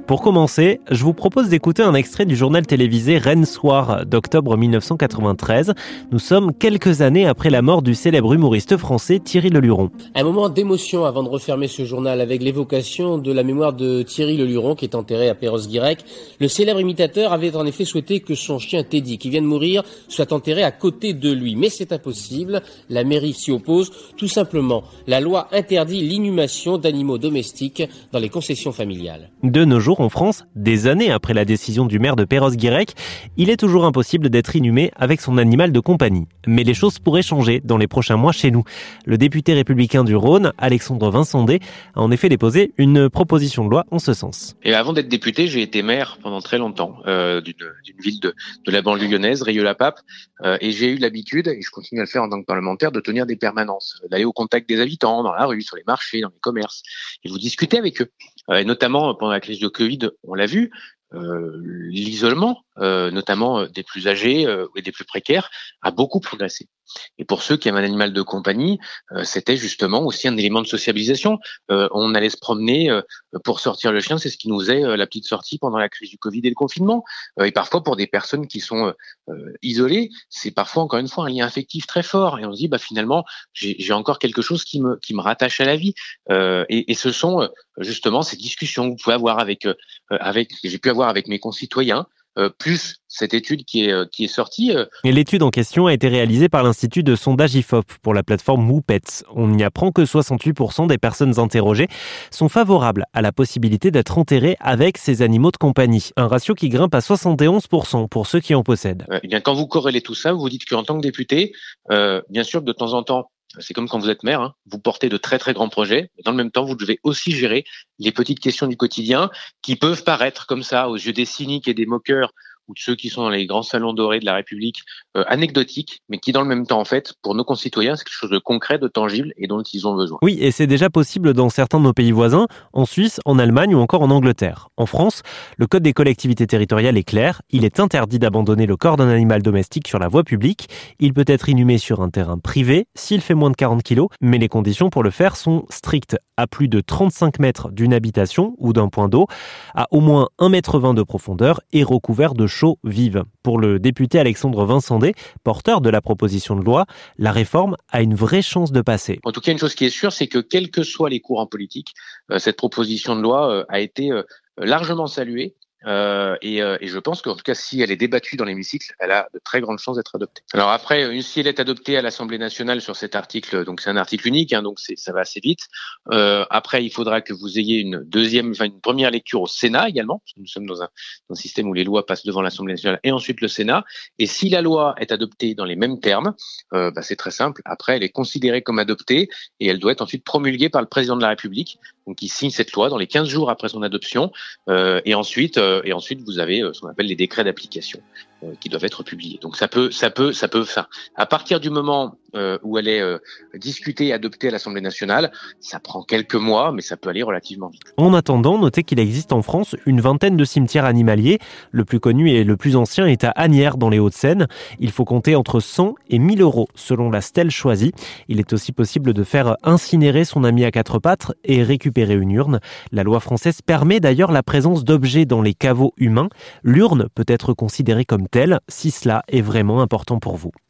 Pour commencer, je vous propose d'écouter un extrait du journal télévisé Rennes Soir d'octobre 1993. Nous sommes quelques années après la mort du célèbre humoriste français Thierry Leluron. Un moment d'émotion avant de refermer ce journal avec l'évocation de la mémoire de Thierry Leluron qui est enterré à Perros-Guirec. Le célèbre imitateur avait en effet souhaité que son chien Teddy, qui vient de mourir, soit enterré à côté de lui. Mais c'est impossible, la mairie s'y oppose. Tout simplement, la loi interdit l'inhumation d'animaux domestiques dans les concessions familiales. De nos jours, en France, des années après la décision du maire de Perros-Guirec, il est toujours impossible d'être inhumé avec son animal de compagnie. Mais les choses pourraient changer dans les prochains mois chez nous. Le député républicain du Rhône, Alexandre Vincendé, a en effet déposé une proposition de loi en ce sens. Et avant d'être député, j'ai été maire pendant très longtemps d'une ville de la banlieue lyonnaise, Rieux-la-Pape, et j'ai eu l'habitude, et je continue à le faire en tant que parlementaire, de tenir des permanences, d'aller au contact des habitants, dans la rue, sur les marchés, dans les commerces, et vous discutez avec eux. Et notamment pendant la crise de Covid, on l'a vu, l'isolement, notamment des plus âgés et des plus précaires, a beaucoup progressé. Et pour ceux qui aiment un animal de compagnie, c'était justement aussi un élément de sociabilisation. On allait se promener pour sortir le chien, c'est ce qui nous faisait la petite sortie pendant la crise du Covid et le confinement. Et parfois pour des personnes qui sont isolées, c'est parfois encore une fois un lien affectif très fort. Et on se dit finalement j'ai encore quelque chose qui me rattache à la vie. Et ce sont justement ces discussions que vous pouvez avoir que j'ai pu avoir avec mes concitoyens. Plus cette étude qui est sortie. Et l'étude en question a été réalisée par l'Institut de sondage IFOP pour la plateforme Woopets. On y apprend que 68% des personnes interrogées sont favorables à la possibilité d'être enterrées avec ces animaux de compagnie. Un ratio qui grimpe à 71% pour ceux qui en possèdent. Eh bien, quand vous corrélez tout ça, vous vous dites qu'en tant que député, bien sûr que de temps en temps, c'est comme quand vous êtes maire, vous portez de très très grands projets, mais dans le même temps, vous devez aussi gérer les petites questions du quotidien qui peuvent paraître comme ça aux yeux des cyniques et des moqueurs ou de ceux qui sont dans les grands salons dorés de la République, anecdotiques, mais qui dans le même temps, en fait, pour nos concitoyens, c'est quelque chose de concret, de tangible et dont ils ont besoin. Oui, et c'est déjà possible dans certains de nos pays voisins, en Suisse, en Allemagne ou encore en Angleterre. En France, le code des collectivités territoriales est clair. Il est interdit d'abandonner le corps d'un animal domestique sur la voie publique. Il peut être inhumé sur un terrain privé s'il fait moins de 40 kilos, mais les conditions pour le faire sont strictes. À plus de 35 mètres d'une habitation ou d'un point d'eau, à au moins 1,20 m de profondeur et recouvert de chaux vives. Pour le député Alexandre Vincendé, porteur de la proposition de loi, la réforme a une vraie chance de passer. En tout cas, une chose qui est sûre, c'est que quels que soient les courants politiques, cette proposition de loi a été largement saluée. Et je pense qu'en tout cas, si elle est débattue dans l'hémicycle, elle a de très grandes chances d'être adoptée. Alors après, si elle est adoptée à l'Assemblée nationale sur cet article, donc c'est un article unique, donc ça va assez vite. Après, il faudra que vous ayez une première lecture au Sénat également, parce que nous sommes dans un système où les lois passent devant l'Assemblée nationale et ensuite le Sénat. Et si la loi est adoptée dans les mêmes termes, c'est très simple. Après, elle est considérée comme adoptée et elle doit être ensuite promulguée par le président de la République, donc qui signe cette loi dans les 15 jours après son adoption. Et ensuite, vous avez ce qu'on appelle les décrets d'application qui doivent être publiés. Donc ça peut. À partir du moment où elle est discutée et adoptée à l'Assemblée nationale, ça prend quelques mois, mais ça peut aller relativement vite. En attendant, notez qu'il existe en France une vingtaine de cimetières animaliers. Le plus connu et le plus ancien est à Asnières, dans les Hauts-de-Seine. Il faut compter entre 100 et 1000 euros selon la stèle choisie. Il est aussi possible de faire incinérer son ami à quatre pattes et récupérer une urne. La loi française permet d'ailleurs la présence d'objets dans les caveaux humains. L'urne peut être considérée comme telle si cela est vraiment important pour vous.